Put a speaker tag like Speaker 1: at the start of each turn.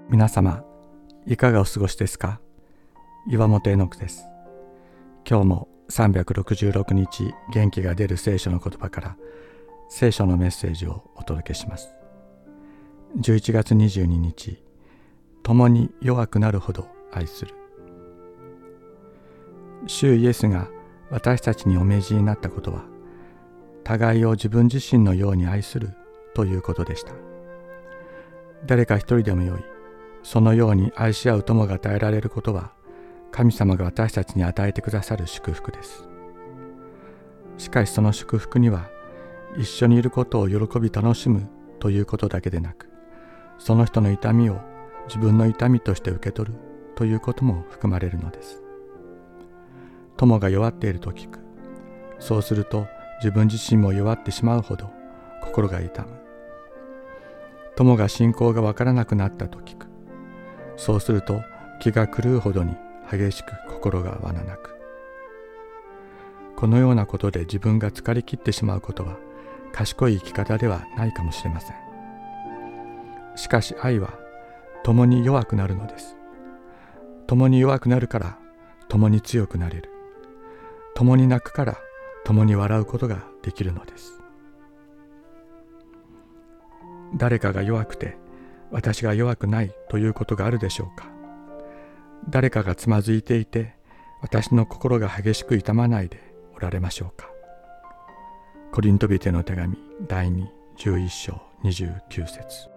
Speaker 1: 皆様、いかがお過ごしですか？岩本絵の句です。今日も366日元気が出る聖書の言葉から聖書のメッセージをお届けします。11月22日、共に弱くなるほど愛する。主イエスが私たちにお命じになったことは、互いを自分自身のように愛するということでした。誰か一人でもよい、そのように愛し合う友が与えられることは、神様が私たちに与えてくださる祝福です。しかしその祝福には、一緒にいることを喜び楽しむということだけでなく、その人の痛みを自分の痛みとして受け取るということも含まれるのです。友が弱っていると聞く。そうすると自分自身も弱ってしまうほど心が痛む。友が信仰がわからなくなったと聞く。そうすると気が狂うほどに激しく心がわななく。このようなことで自分が疲れ切ってしまうことは賢い生き方ではないかもしれません。しかし愛は共に弱くなるのです。共に弱くなるから共に強くなれる。共に泣くから共に笑うことができるのです。誰かが弱くて私が弱くないということがあるでしょうか？誰かがつまずいていて私の心が激しく痛まないでおられましょうか？コリント人への手紙第2、11章29節。